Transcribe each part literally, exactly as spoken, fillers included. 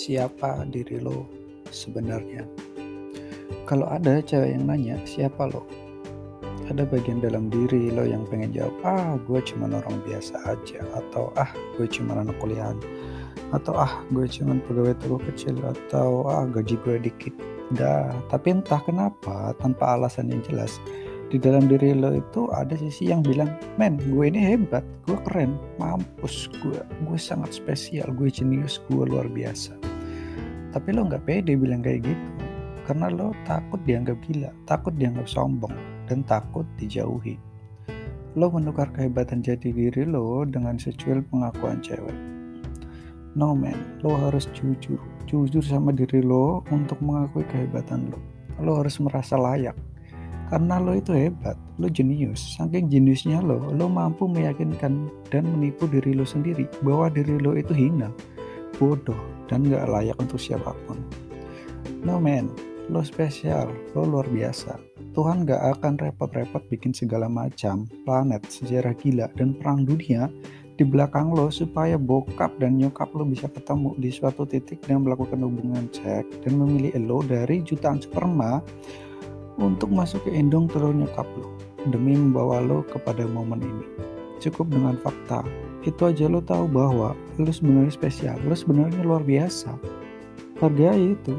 Siapa diri lo sebenarnya? Kalau ada cewek yang nanya, siapa lo? Ada bagian dalam diri lo yang pengen jawab, ah gue cuma orang biasa aja, atau ah gue cuma anak kuliahan, atau ah gue cuma pegawai toko kecil, atau ah gaji gue dikit. Dah, tapi entah kenapa tanpa alasan yang jelas, di dalam diri lo itu ada sisi yang bilang, men gue ini hebat, gue keren, mampus gue, gue sangat spesial, gue jenius, gue luar biasa. Tapi lo gak pede bilang kayak gitu, karena lo takut dianggap gila, takut dianggap sombong, dan takut dijauhi. Lo menukar kehebatan jati diri lo dengan secuil pengakuan cewek. No man, lo harus jujur, jujur sama diri lo untuk mengakui kehebatan lo. Lo harus merasa layak, karena lo itu hebat, lo jenius. Saking jeniusnya lo, lo mampu meyakinkan dan menipu diri lo sendiri bahwa diri lo itu hina, bodoh, dan gak layak untuk siapapun. No man, lo spesial, lo luar biasa. Tuhan gak akan repot-repot bikin segala macam planet, sejarah gila, dan perang dunia di belakang lo supaya bokap dan nyokap lo bisa ketemu di suatu titik dan melakukan hubungan seks dan memilih lo dari jutaan sperma untuk masuk ke endong telur nyokap lo demi membawa lo kepada momen ini. Cukup dengan fakta itu aja lo tahu bahwa lo sebenarnya spesial, lo sebenarnya luar biasa. Hargai itu.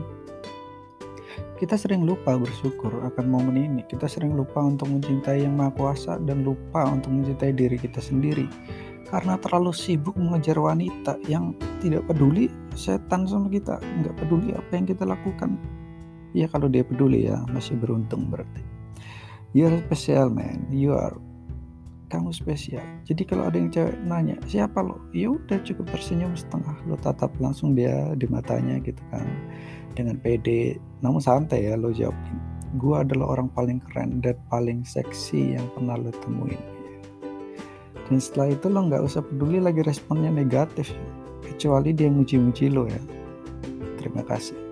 Kita sering lupa bersyukur akan momen ini. Kita sering lupa untuk mencintai yang maha kuasa dan lupa untuk mencintai diri kita sendiri. Karena terlalu sibuk mengejar wanita yang tidak peduli setan sama kita. Nggak peduli apa yang kita lakukan. Ya kalau dia peduli ya masih beruntung berarti. You are special man. You are. Kamu spesial. Jadi kalau ada yang cewek nanya siapa lo, ya udah cukup tersenyum setengah, lo tatap langsung dia di matanya gitu kan, dengan pede namun santai ya lo jawab, gue adalah orang paling keren dan paling seksi yang pernah lo temuin. Dan setelah itu lo nggak usah peduli lagi responnya negatif, kecuali dia muji-muji lo ya. Terima kasih.